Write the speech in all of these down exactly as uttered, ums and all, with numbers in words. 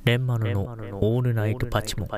レンマノのオールナイトパチモン。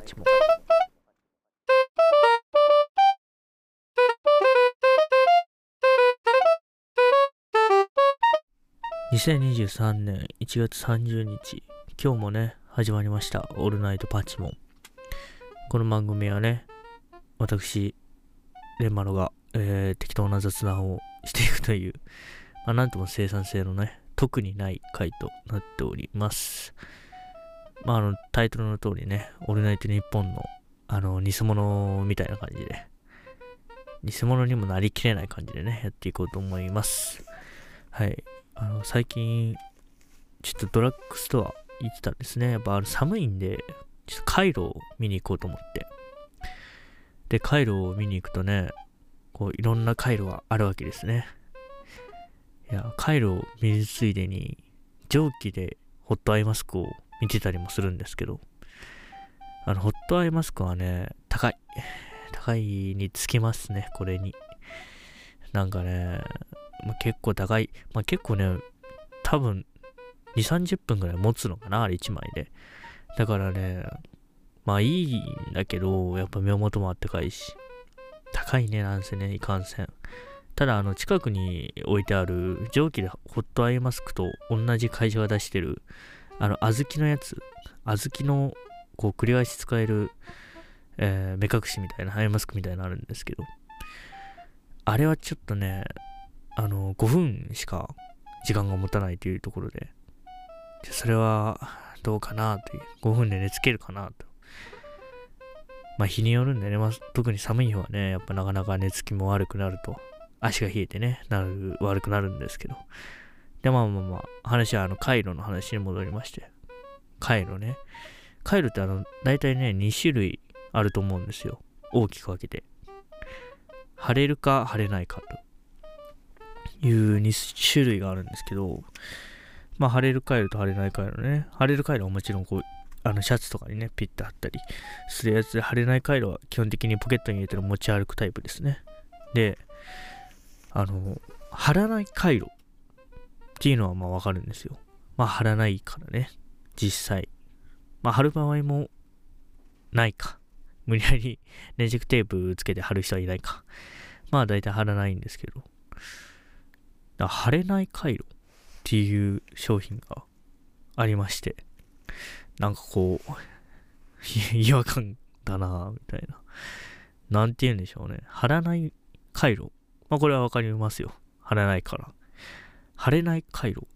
にせんにじゅうさんねんいちがつさんじゅうにち、今日もね、始まりました。オールナイトパチモン。この番組はね、私、レンマノが、えー、適当な雑談をしていくという、まあ、なんとも生産性のね、特にない回となっております。まあ、あの、タイトルの通りね、オールナイトニッポンの、あの、偽物みたいな感じで、偽物にもなりきれない感じでね、やっていこうと思います。はい。あの、最近、ちょっとドラッグストア行ってたんですね。やっぱあの寒いんで、ちょっとカイロを見に行こうと思って。で、カイロを見に行くとね、こう、いろんなカイロがあるわけですね。いや、カイロを見るついでに、蒸気でホットアイマスクを見てたりもするんですけど、あの、ホットアイマスクはね、高い。高いにつきますね、これに。なんかね、まあ、結構高い。まあ、結構ね、多分、に、さんじゅっぷんぐらい持つのかな、あれいちまいで。だからね、まあいいんだけど、やっぱ目元もあったかいし、高いね、なんせね、いかんせん。ただ、あの、近くに置いてある蒸気でホットアイマスクと同じ会社が出してる、あの、小豆のやつ、小豆の、こう、繰り返し使える、えー、目隠しみたいな、アイマスクみたいなのあるんですけど、あれはちょっとね、あの、ごふんしか時間が持たないというところで、それはどうかなという、ごふんで寝つけるかなと。まあ日によるんでね、まあ、特に寒い日はね、やっぱなかなか寝つきも悪くなると、足が冷えてね、なる、悪くなるんですけど。で、まあまあまあ、話はあの、カイロの話に戻りまして。カイロね。カイロってあの、大体ね、にしゅるいあると思うんですよ。大きく分けて。腫れるか腫れないかというにしゅるいがあるんですけど、まあ、腫れるカイロと腫れないカイロね。腫れるカイロはもちろんこう、あのシャツとかにね、ピッと貼ったりするやつで、腫れないカイロは基本的にポケットに入れてる持ち歩くタイプですね。で、あの、貼らないカイロっていうのはまあわかるんですよ。まあ貼らないからね、実際。まあ貼る場合もないか。無理やり粘着テープつけて貼る人はいないか。まあ大体貼らないんですけど。だ貼れないカイロっていう商品がありまして、なんかこう、違和感だなぁ、みたいな。なんて言うんでしょうね。貼らないカイロ。まあこれはわかりますよ。貼らないから。貼れないカイロ。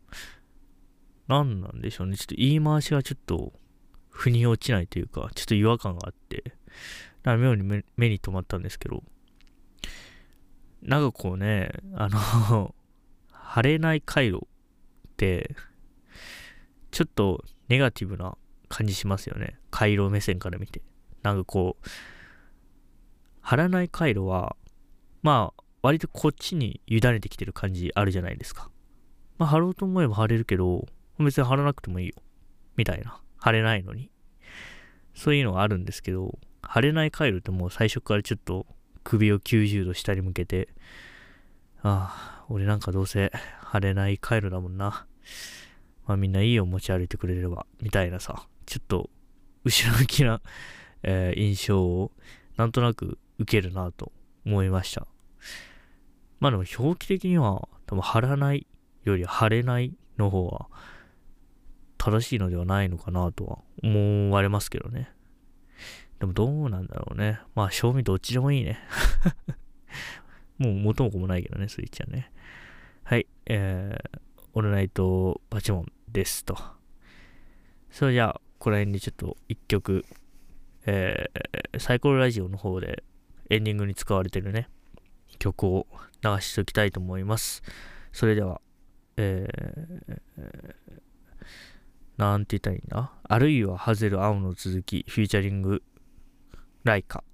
なんなんでしょうね。ちょっと言い回しがちょっと、腑に落ちないというか、ちょっと違和感があって、だから妙に 目, 目に留まったんですけど、なんかこうね、あの、貼れないカイロって、ちょっとネガティブな感じしますよね。カイロ目線から見て。なんかこう、貼らないカイロは、まあ、割とこっちに委ねてきてる感じあるじゃないですか。まあ、貼ろうと思えば貼れるけど、別に貼らなくてもいいよ。みたいな。貼れないのに。そういうのがあるんですけど、貼れないカイロってもう最初からちょっと首をきゅうじゅうど下に向けて、ああ、俺なんかどうせ貼れないカイロだもんな。まあみんないいよ持ち歩いてくれれば、みたいなさ、ちょっと後ろ向きな、えー、印象をなんとなく受けるなと思いました。まあでも表記的には多分貼らないより貼れないの方は正しいのではないのかなとは思われますけどね。でもどうなんだろうね。まあ賞味どっちでもいいね。もう元も子もないけどね、スイッチはね。はい、えー、オールナイトパチモンですと。それじゃあ、ここら辺にちょっと一曲、えー、サイコロラジオの方でエンディングに使われてるね、曲を流しておきたいと思います。それでは、えー、なんて言ったらいいんだ？あるいはハゼル青の続き、フューチャリング、ライカ。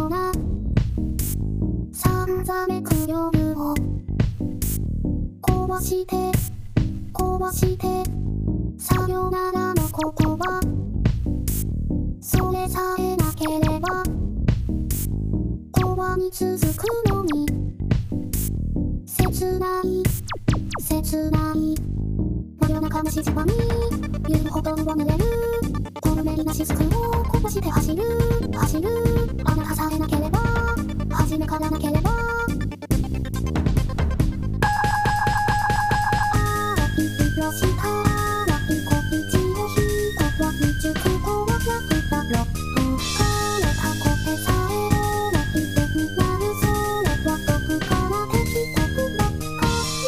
さんざめく夜をこ壊して壊してさよならの言葉、それさえなければ永遠に続くのに、切ない切ない真夜中のしじまに言うほどを濡れるこのメリな雫をこぼして走る走る、あなたさえなければ初めからなければ、ああ色したらいこいちの人は未熟とは役だろう、枯れたコテさえを泣いてになる、それはどこからできたくばっかり。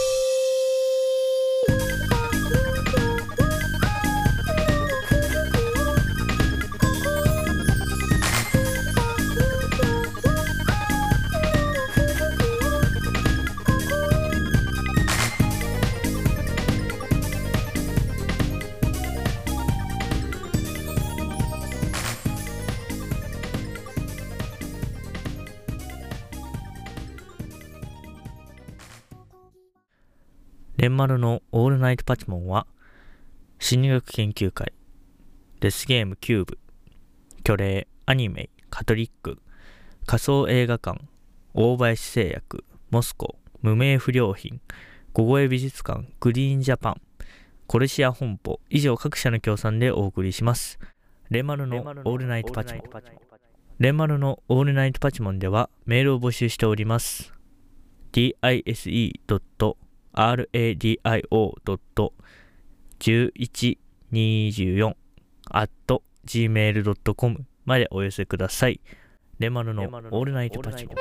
レンマルのオールナイトパチモンは、心理学研究会、デスゲームキューブ、虚霊、アニメ、カトリック、仮想映画館、大林製薬、モスコ、無名不良品、小越美術館、グリーンジャパン、コルシア本舗、以上各社の協賛でお送りします。レンマルのオールナイトパチモン。レンマルのオールナイトパチモンではメールを募集しております。ディーアイエスイードットアールエーディーアイオードットいちいちによん アットジーメールドットコム までお寄せください。レンマルのオールナイトパチモン。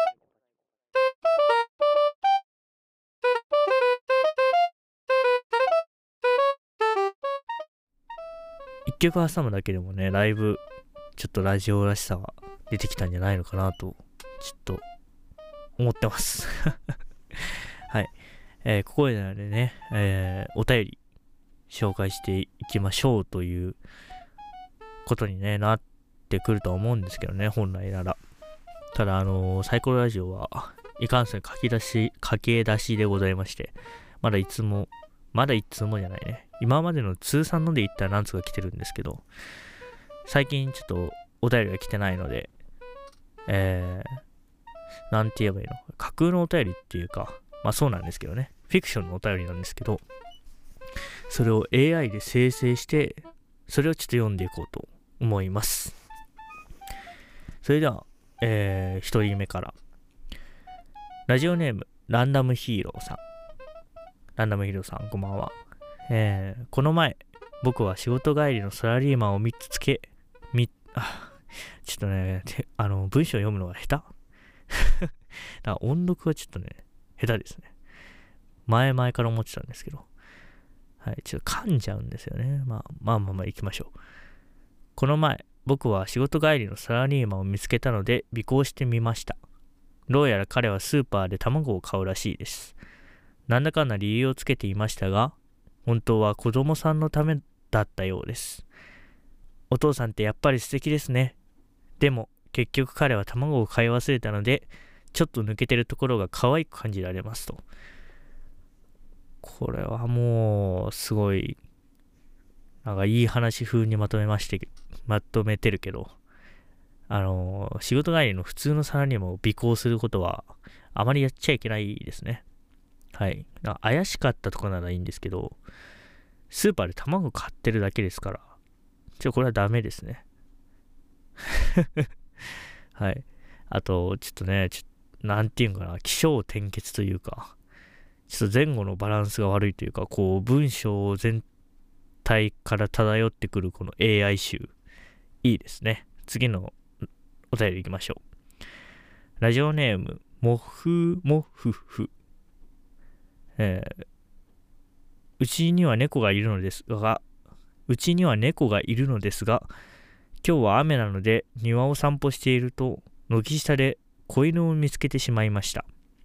一曲挟むだけでもね、だいぶちょっとラジオらしさが出てきたんじゃないのかなとちょっと思ってますはい、えー、ここでね、えー、お便り紹介していきましょうということに、ね、なってくるとは思うんですけどね、本来なら。ただあのー、サイコロラジオはいかんせん書き出し駆け出しでございまして、まだいつもまだいつもじゃないね、今までの通算ので言ったら何つか来てるんですけど、最近ちょっとお便りが来てないので、えー、なんて言えばいいの、架空のお便りっていうか、まあそうなんですけどね、フィクションのお便りなんですけど、それを エーアイ で生成して、それをちょっと読んでいこうと思います。それでは、えー、一人目から。ラジオネーム、ランダムヒーローさん。ランダムヒーローさん、こんばんは。えー、この前、僕は仕事帰りのサラリーマンをみっつつけ、み、あ、ちょっとね、あの、文章を読むのが下手だから音読はちょっとね、下手ですね。前々から思ってたんですけど。はい、ちょっと噛んじゃうんですよね。まあまあまあまあ行きましょう。この前、僕は仕事帰りのサラリーマンを見つけたので尾行してみました。どうやら彼はスーパーで卵を買うらしいです。なんだかんだ理由をつけていましたが、本当は子供さんのためだったようです。お父さんってやっぱり素敵ですね。でも結局彼は卵を買い忘れたので、ちょっと抜けてるところが可愛く感じられますと。これはもうすごいなんかいい話風にまとめましてまとめてるけど、あの仕事帰りの普通のサラリーマンを尾行することはあまりやっちゃいけないですね。はい。怪しかったとかならいいんですけど、スーパーで卵買ってるだけですから、ちょ、これはダメですね。はい。あと、ちょっとね、ちょなんていうんかな、起承転結というか、ちょっと前後のバランスが悪いというか、こう、文章全体から漂ってくるこの エーアイ 集、いいですね。次のお便りいきましょう。ラジオネーム、もふもふふ。えー、うちには猫がいるのですが、うちには猫がいるのですが、今日は雨なので庭を散歩していると、軒下で子犬を見つけてしまいました。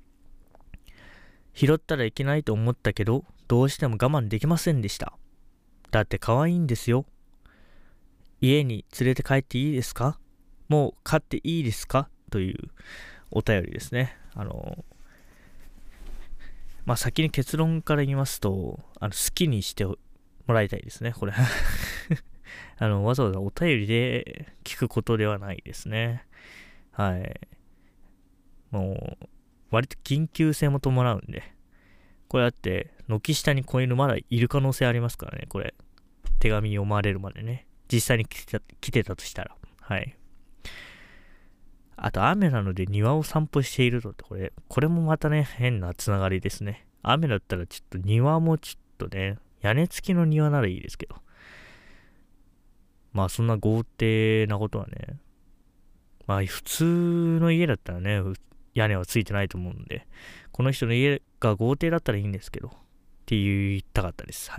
拾ったらいけないと思ったけど、どうしても我慢できませんでした。だって可愛いんですよ。家に連れて帰っていいですか？もう飼っていいですか？というお便りですね。あのまあ先に結論から言いますと、あの好きにしてもらいたいですね、これ。あの、わざわざお便りで聞くことではないですね。はい。もう、割と緊急性も伴うんで、これだって、軒下に子犬まだいる可能性ありますからね、これ。手紙読まれるまでね。実際に来てた、来てたとしたら。はい。あと、雨なので庭を散歩しているとって、これ、これもまたね、変なつながりですね。雨だったらちょっと庭もちょっとね、屋根付きの庭ならいいですけど。まあ、そんな豪邸なことはね、まあ、普通の家だったらね、屋根はついてないと思うんで、この人の家が豪邸だったらいいんですけど、って言いたかったです。はい。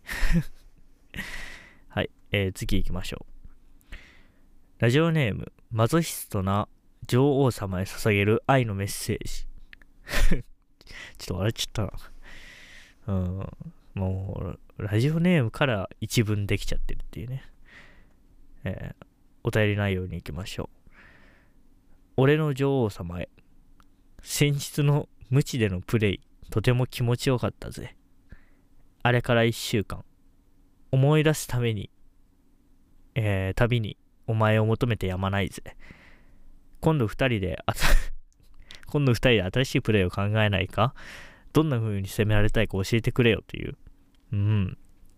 はい、えー、次行きましょう。ラジオネーム、マゾヒストな女王様へ捧げる愛のメッセージ。ちょっと笑っちゃったな。うん、もう、ラジオネームから一文できちゃってるっていうね。えー、お便り内容に行きましょう。俺の女王様へ。先日の無知でのプレイ、とても気持ちよかったぜ。あれから一週間。思い出すために、えー、旅にお前を求めてやまないぜ。今度二人で、あた、今度二人で新しいプレイを考えないか？どんな風に攻められたいか教えてくれよという。うん。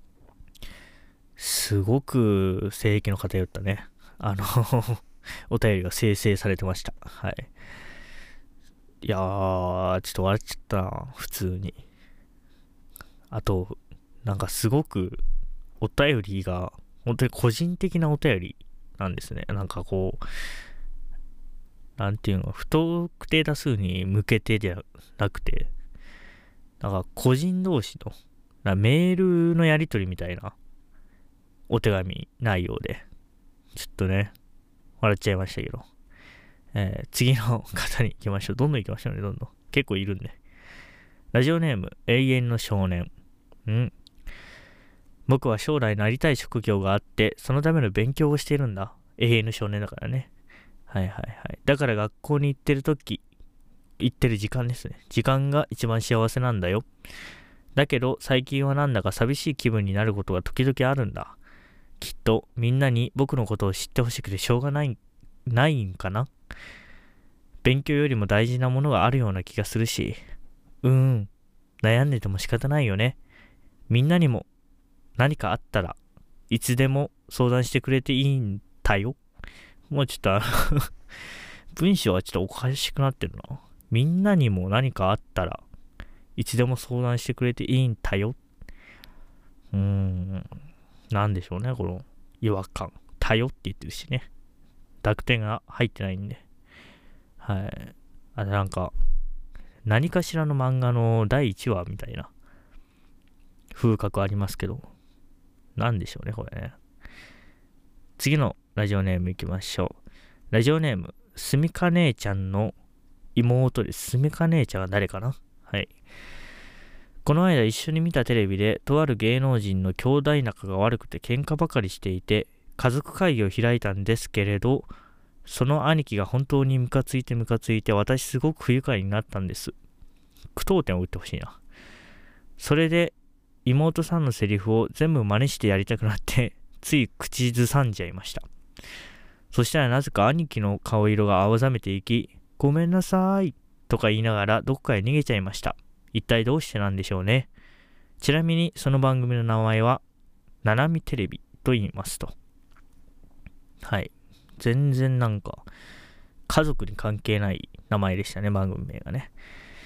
すごく性癖の偏ったね。あの、お便りが生成されてました。はい。いやー、ちょっと笑っちゃったな、普通に。あと、なんかすごく、お便りが、本当に個人的なお便りなんですね。なんかこう、なんていうの、不特定多数に向けてじゃなくて、なんか個人同士の、なメールのやり取りみたいなお手紙内容で、ちょっとね、笑っちゃいましたけど。えー、次の方に行きましょう。どんどん行きましょうね、どんどん。結構いるんで。ラジオネーム、永遠の少年。うん。僕は将来なりたい職業があって、そのための勉強をしているんだ。永遠の少年だからね。はいはいはい。だから学校に行ってるとき、行ってる時間ですね。時間が一番幸せなんだよ。だけど、最近はなんだか寂しい気分になることが時々あるんだ。きっと、みんなに僕のことを知ってほしくてしょうがない、ないんかな。勉強よりも大事なものがあるような気がするし、うーん、悩んでても仕方ないよね。みんなにも何かあったらいつでも相談してくれていいんだよ。もうちょっとあの文章はちょっとおかしくなってるな。みんなにも何かあったらいつでも相談してくれていいんだよ。うーん、なんでしょうね、この違和感。だよって言ってるしね。濁点が入ってないんで。はい。あれなんか、何かしらの漫画のだいいちわみたいな風格ありますけど、なんでしょうね、これね。次のラジオネームいきましょう。ラジオネーム、すみか姉ちゃんの妹です。すみか姉ちゃんは誰かな？はい。この間一緒に見たテレビで、とある芸能人の兄弟仲が悪くて喧嘩ばかりしていて、家族会議を開いたんですけれど、その兄貴が本当にムカついてムカついて、私すごく不愉快になったんです。句読点を打ってほしいな。それで、妹さんのセリフを全部真似してやりたくなって、つい口ずさんじゃいました。そしたらなぜか兄貴の顔色が青ざめていき、ごめんなさいとか言いながらどこかへ逃げちゃいました。一体どうしてなんでしょうね。ちなみにその番組の名前は、ななみテレビと言いますと。はい。全然なんか、家族に関係ない名前でしたね、番組名がね。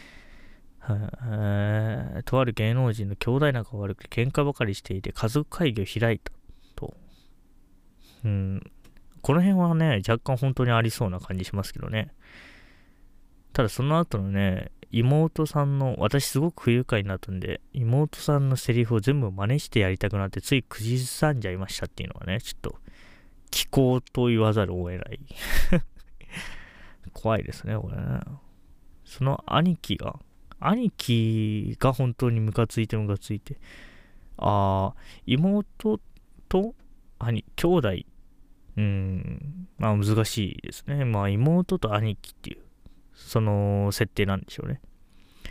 はとある芸能人の兄弟仲が悪くて喧嘩ばかりしていて家族会議を開いたと。うん。この辺はね、若干本当にありそうな感じしますけどね。ただその後のね、妹さんの、私すごく不愉快になったんで、妹さんのセリフを全部真似してやりたくなってついくじずさんじゃいましたっていうのはね、ちょっと、気候と言わざるを得ない。怖いですね、これね。その兄貴が、兄貴が本当にムカついてムカついて、あー、妹と兄、兄弟、うーん、まあ難しいですね。まあ妹と兄貴っていう、その設定なんでしょうね。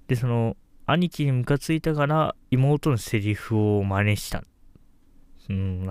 で、その、兄貴にムカついたから妹のセリフを真似した。うん、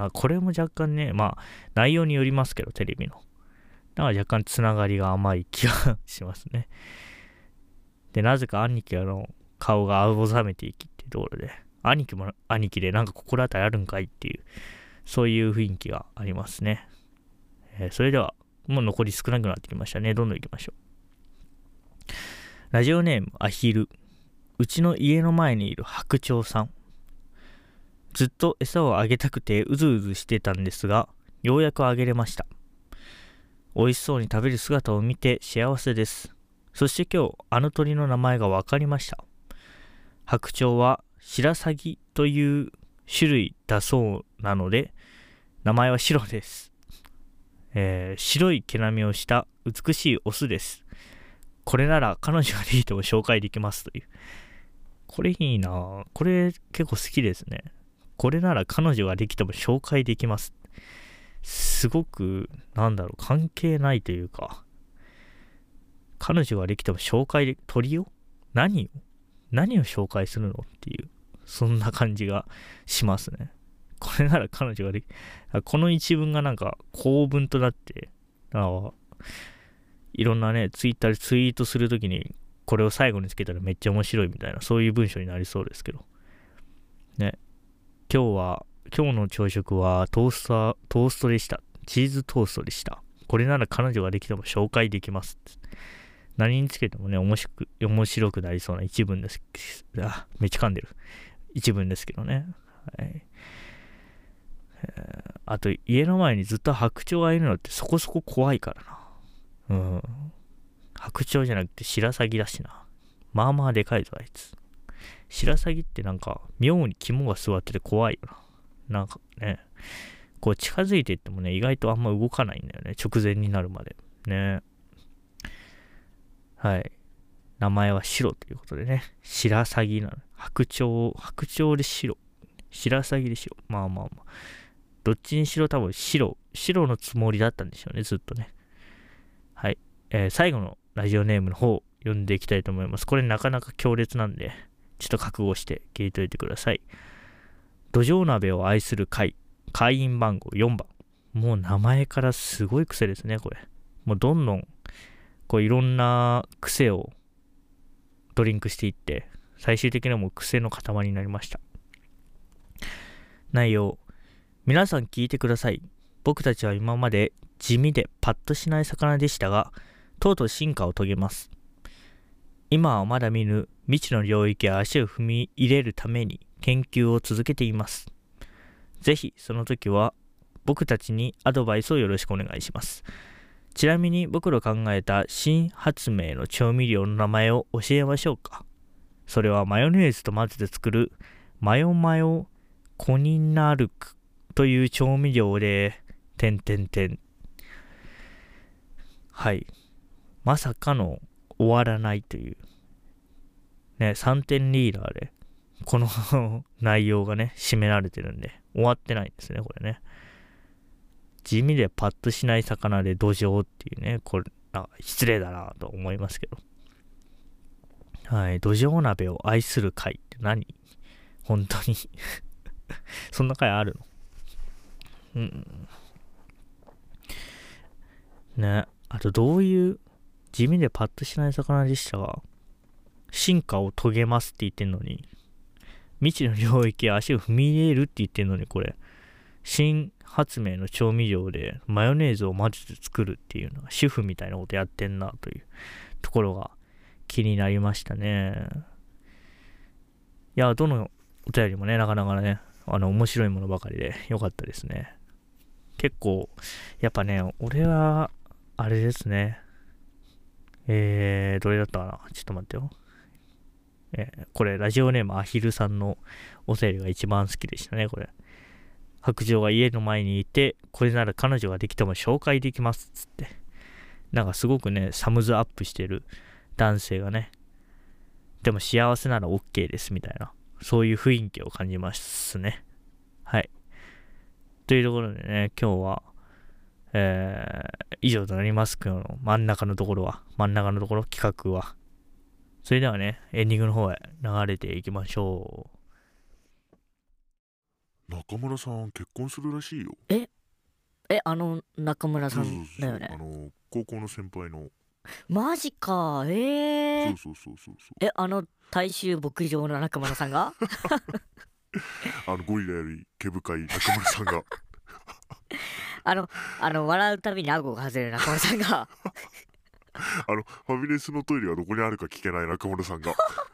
これも若干ね、まあ、内容によりますけど、テレビの。だから若干つながりが甘い気がしますね。で、なぜか兄貴の顔が青ざめていきっていうところで、兄貴も兄貴でなんか心当たりあるんかいっていう、そういう雰囲気がありますね。えー、それでは、もう残り少なくなってきましたね。どんどん行きましょう。ラジオネーム、アヒル。うちの家の前にいる白鳥さん。ずっと餌をあげたくてうずうずしてたんですが、ようやくあげれました。美味しそうに食べる姿を見て幸せです。そして今日、あの鳥の名前が分かりました。白鳥はシラサギという種類だそうなので、名前は白です。えー、白い毛並みをした美しいオスです。これなら彼女ができても紹介できますという。これいいなぁ。これ結構好きですね。これなら彼女ができても紹介できます。すごく、なんだろう、関係ないというか、彼女ができても紹介で、鳥を何を何を紹介するのっていう、そんな感じがしますね。これなら彼女ができ、この一文がなんか構文となって、あいろんなね、ツイッターでツイートするときに、これを最後につけたらめっちゃ面白いみたいな、そういう文章になりそうですけど。ね。今日は、今日の朝食はトースター、トーストでした。チーズトーストでした。これなら彼女ができても紹介できます。何につけてもね、面白く、面白くなりそうな一文です。あ、めっちゃ噛んでる。一文ですけどね。はい。えー、あと、家の前にずっと白鳥がいるのってそこそこ怖いからな。うん。白鳥じゃなくて白鷺だしな。まあまあでかいぞ、あいつ。白鷺ってなんか、妙に肝が座ってて怖いよな。なんかね、こう近づいていってもね、意外とあんま動かないんだよね。直前になるまで。ね。はい。名前は白ということでね。白鷺なの。白鳥、白鳥で白。白鷺で白。まあまあまあ。どっちにしろ多分白、白のつもりだったんでしょうね、ずっとね。はい。えー、最後のラジオネームの方を読んでいきたいと思います。これなかなか強烈なんで、ちょっと覚悟して聞いておいてください。土壌鍋を愛する会、会員番号よんばん。もう名前からすごい癖ですね、これ。もうどんどん、こういろんな癖をドリンクしていって、最終的にはもう癖の塊になりました。内容。皆さん聞いてください。僕たちは今まで地味でパッとしない魚でしたが、とうとう進化を遂げます。今はまだ見ぬ未知の領域へ足を踏み入れるために研究を続けています。ぜひその時は僕たちにアドバイスをよろしくお願いします。ちなみに僕の考えた新発明の調味料の名前を教えましょうか。それはマヨネーズと混ぜて作るマヨマヨコニナルクという調味料で、てんてんてん。はい。まさかの終わらないという。ね、さんてんリーダーで、この内容がね、締められてるんで、終わってないんですね、これね。地味でパッとしない魚で土壌っていうね、これ、あ、失礼だなと思いますけど。はい。土壌鍋を愛する会って何？本当に。そんな会あるの？うん。ね。あとどういう地味でパッとしない魚でしたが、進化を遂げますって言ってんのに、未知の領域へ足を踏み入れるって言ってんのに、これ、新発明の調味料でマヨネーズを混ぜて作るっていうのが主婦みたいなことやってんなというところが気になりましたね。いや、どのお便りもね、なかなかね、あの、面白いものばかりで良かったですね。結構、やっぱね、俺は、あれですね。えー、どれだったかな？ちょっと待ってよ。えー、これ、ラジオネームアヒルさんのお便りが一番好きでしたね、これ。白鳥が家の前にいて、これなら彼女ができても紹介できます、つって。なんかすごくね、サムズアップしてる男性がね、でも幸せなら OK です、みたいな。そういう雰囲気を感じますね。はい。というところでね、今日は、えー、以上となりますけど、真ん中のところは、真ん中のところ、企画は、 それではね、エンディングの方へ流れていきましょう。中村さん結婚するらしいよ。 ええ、あの中村さんだよね。 そうそうそう、あの高校の先輩の。 マジか。えー、そうそうそうそうそう。 え、あの大衆牧場の中村さんがあのゴリラより毛深い中村さんがあのあの笑うたびに顎が外れる中村さんがあのファミレスのトイレはどこにあるか聞けない中村さんが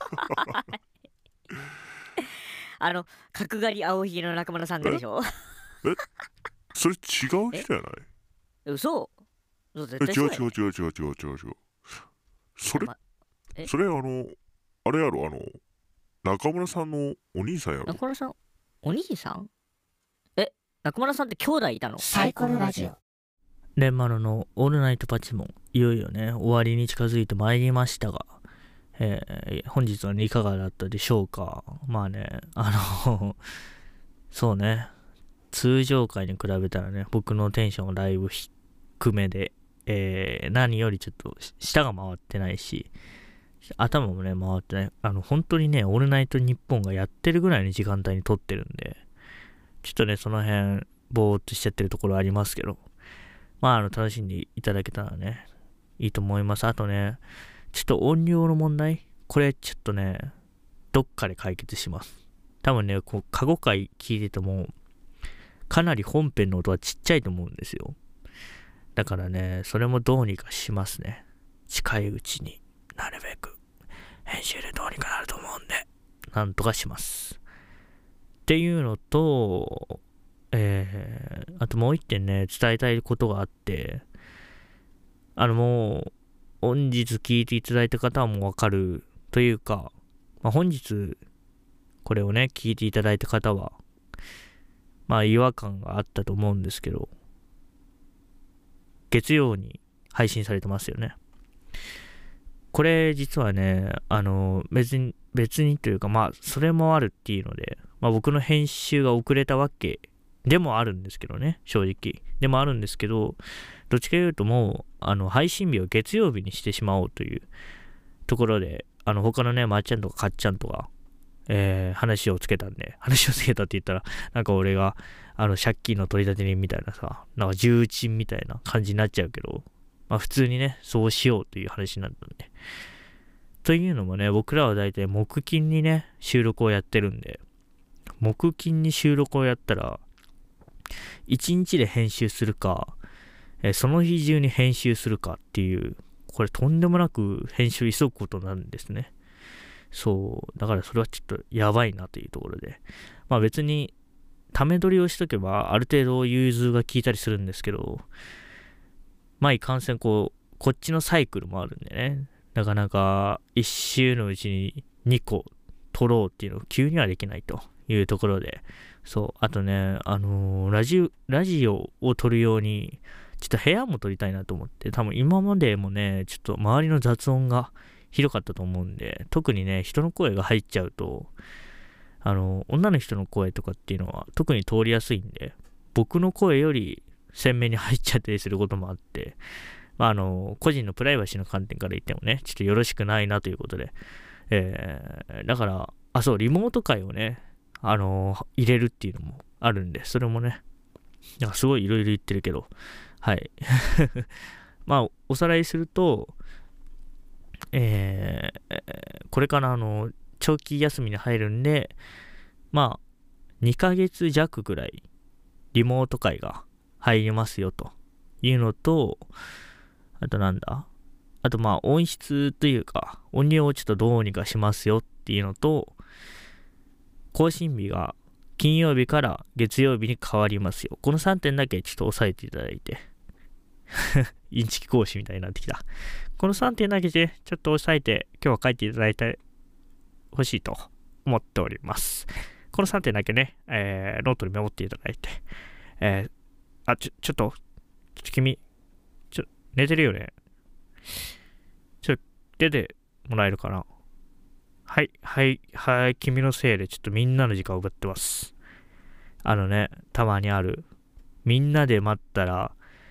あの角刈り青ひげの中村さんがでしょ。 えそれ違う人じゃない？ 嘘？ え、違う違う違う違う違う違う違う。それ、ま、それあのあれやろ、あの中村さんのお兄さんやろ。 中村さんお兄さん？え、中村さんって兄弟いたの？ サイコロラジオ。 レンマロのオールナイトパチモン、いよいよね終わりに近づいてまいりましたが、えー、本日はいかがだったでしょうか。まあね、あのそうね、通常回に比べたらね、僕のテンションがだいぶ低めで、えー、何よりちょっと舌が回ってないし、頭もね回ってない。あの本当にね、オールナイトニッポンがやってるぐらいの時間帯に撮ってるんで、ちょっとねその辺ぼーっとしちゃってるところありますけど、まああの楽しんでいただけたらねいいと思います。あとね、ちょっと音量の問題、これちょっとねどっかで解決します。多分ね、こう過去回聞いててもかなり本編の音はちっちゃいと思うんですよ。だからね、それもどうにかしますね。近いうちになるべく編集でどうにかなると思うんで、なんとかします。っていうのと、えー、あともう一点ね、伝えたいことがあって、あのもう、本日聞いていただいた方はもうわかるというか、まあ、本日、これをね、聞いていただいた方は、まあ違和感があったと思うんですけど、月曜に配信されてますよね。これ実はね、あの、別に、別にというか、まあ、それもあるっていうので、まあ僕の編集が遅れたわけでもあるんですけどね、正直。でもあるんですけど、どっちかというともう、あの、配信日を月曜日にしてしまおうというところで、あの、他のね、まっちゃんとかかっちゃんとか、えー、話をつけたんで、話をつけたって言ったら、なんか俺が、あの、借金の取り立て人みたいなさ、なんか重鎮みたいな感じになっちゃうけど、まあ普通にね、そうしようという話になったんで。というのもね、僕らはだいたい木金にね、収録をやってるんで、木金に収録をやったら、いちにちで編集するか、えー、その日中に編集するかっていう、これとんでもなく編集急ぐことになるんですね。そう、だからそれはちょっとやばいなというところで。まあ別に、ため撮りをしとけば、ある程度融通が効いたりするんですけど、まあいかんせんこう、こっちのサイクルもあるんでね。なかなか一周のうちににこ撮ろうっていうのを急にはできないというところで、そう、あとね、あのー、ラジオ、ラジオを撮るように、ちょっと部屋も撮りたいなと思って、多分今までもね、ちょっと周りの雑音がひどかったと思うんで、特にね、人の声が入っちゃうと、あの、女の人の声とかっていうのは特に通りやすいんで、僕の声より鮮明に入っちゃったりすることもあって、まあ、あの、個人のプライバシーの観点から言ってもね、ちょっとよろしくないなということで、えー、だから、あ、そう、リモート会をね、あのー、入れるっていうのもあるんで、それもね、なんかすごいいろいろ言ってるけど、はい。まあ、おさらいすると、えー、これからあの、長期休みに入るんで、まあ、にかげつ弱ぐらい、リモート会が入りますよというのと、あとなんだあとまあ音質というか音量をちょっとどうにかしますよっていうのと、更新日が金曜日から月曜日に変わりますよ。このさんてんだけちょっと押さえていただいてインチキ講師みたいになってきた。このさんてんだけでちょっと押さえて今日は書いていただいてほしいと思っております。このさんてんだけね、えー、ノートにメモっていただいて、えー、あ、ちょ、ちょっと、ちょっと君、ちょ、寝てるよね。ちょ、出てもらえるかな。はい、はい、はい、君のせいでちょっとみんなの時間を奪ってます。あのね、たまにある。みんなで待ったら、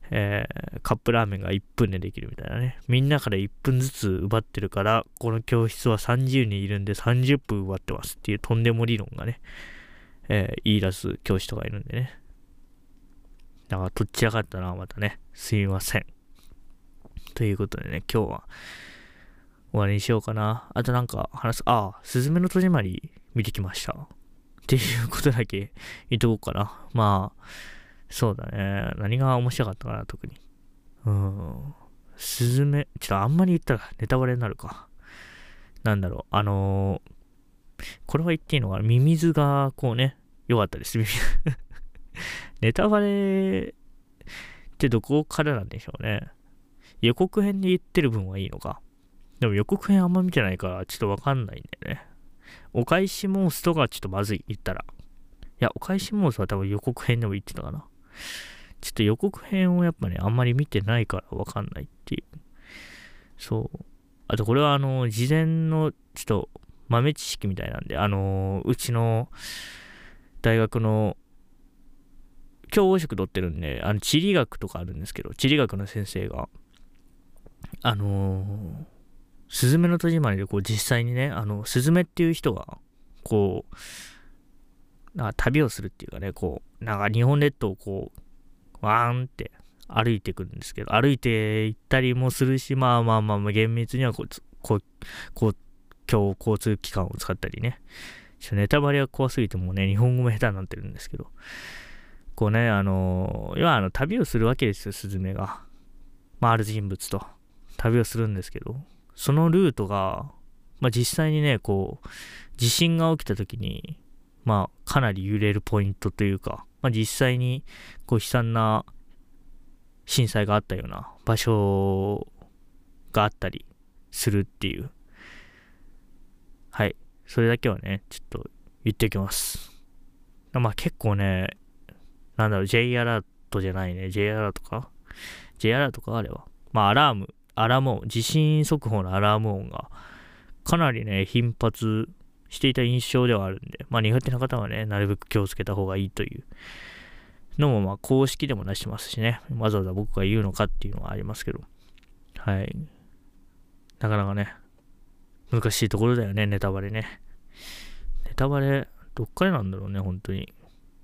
えー、カップラーメンがいっぷんでできるみたいなね。みんなからいっぷんずつ奪ってるから、この教室はさんじゅうにんいるんでさんじゅっぷん奪ってますっていうとんでも理論がね、えー、言い出す教師とかいるんでね。だからとっちらかったな、またね。すいません。ということでね、今日は終わりにしようかな。あとなんか話す、ああ、すずめの戸締まり見てきました。っていうことだけ言っとこうかな。まあ、そうだね。何が面白かったかな、特に。うーん。すずめ、ちょっとあんまり言ったらネタバレになるか。なんだろう。あのー、これは言っていいのかな。ミミズがこうね、良かったです。ネタバレってどこからなんでしょうね。予告編で言ってる分はいいのか。でも予告編あんま見てないからちょっとわかんないんだよね。お返しモンストがちょっとまずい、言ったら。いや、お返しモンストは多分予告編でも言ってたかな。ちょっと予告編をやっぱね、あんまり見てないからわかんないっていう。そう。あとこれはあの、事前のちょっと豆知識みたいなんで、あの、うちの大学の教職取ってるんで、あの、地理学とかあるんですけど、地理学の先生が、あのー、すずめの戸締まりでこう実際にね、あの、すずめっていう人が、こう、なんか旅をするっていうかね、こう、なんか日本列島をこう、わーんって歩いてくるんですけど、歩いて行ったりもするし、まあまあまあ、まあ、厳密にはこう、こう、こう、今日交通機関を使ったりね、ちょっとネタバレが怖すぎてもうね、日本語も下手になってるんですけど、こうね、あのー、要はあの、旅をするわけですよ、スズメが。まあ、ある人物と旅をするんですけど、そのルートが、まあ実際にね、こう、地震が起きた時に、まあ、かなり揺れるポイントというか、まあ実際に、こう、悲惨な震災があったような場所があったりするっていう。はい。それだけはね、ちょっと言っておきます。まあ結構ね、なんだろう、J アラートじゃないね。J アラートか ?J アラートかあれは。まあアラーム、アラーム音、地震速報のアラーム音がかなりね、頻発していた印象ではあるんで、まあ苦手な方はね、なるべく気をつけた方がいいというのも、まあ公式でも出してますしね、わざわざ僕が言うのかっていうのはありますけど、はい。なかなかね、難しいところだよね、ネタバレね。ネタバレ、どっからなんだろうね、本当に。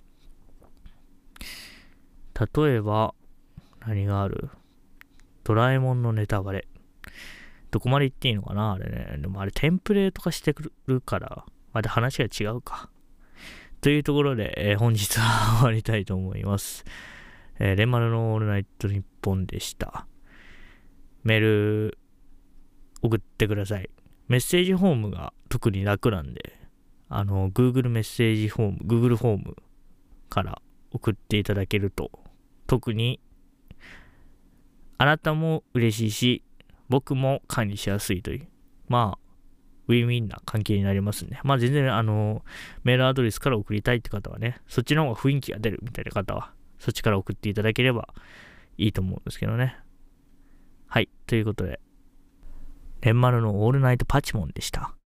例えば、何がある？ドラえもんのネタバレ。どこまで言っていいのかなあれね。でもあれテンプレとかしてくるから、また話が違うか。というところで、えー、本日は終わりたいと思います。えー、レンマルのオールナイトニッポンでした。メール送ってください。メッセージフォームが特に楽なんで、あの、Google メッセージフォーム、Google フォームから送っていただけると、特にあなたも嬉しいし、僕も管理しやすいという、まあ、ウィンウィンな関係になりますね。まあ全然、あの、メールアドレスから送りたいって方はね、そっちの方が雰囲気が出るみたいな方は、そっちから送っていただければいいと思うんですけどね。はい、ということで、レンマルのオールナイトパチモンでした。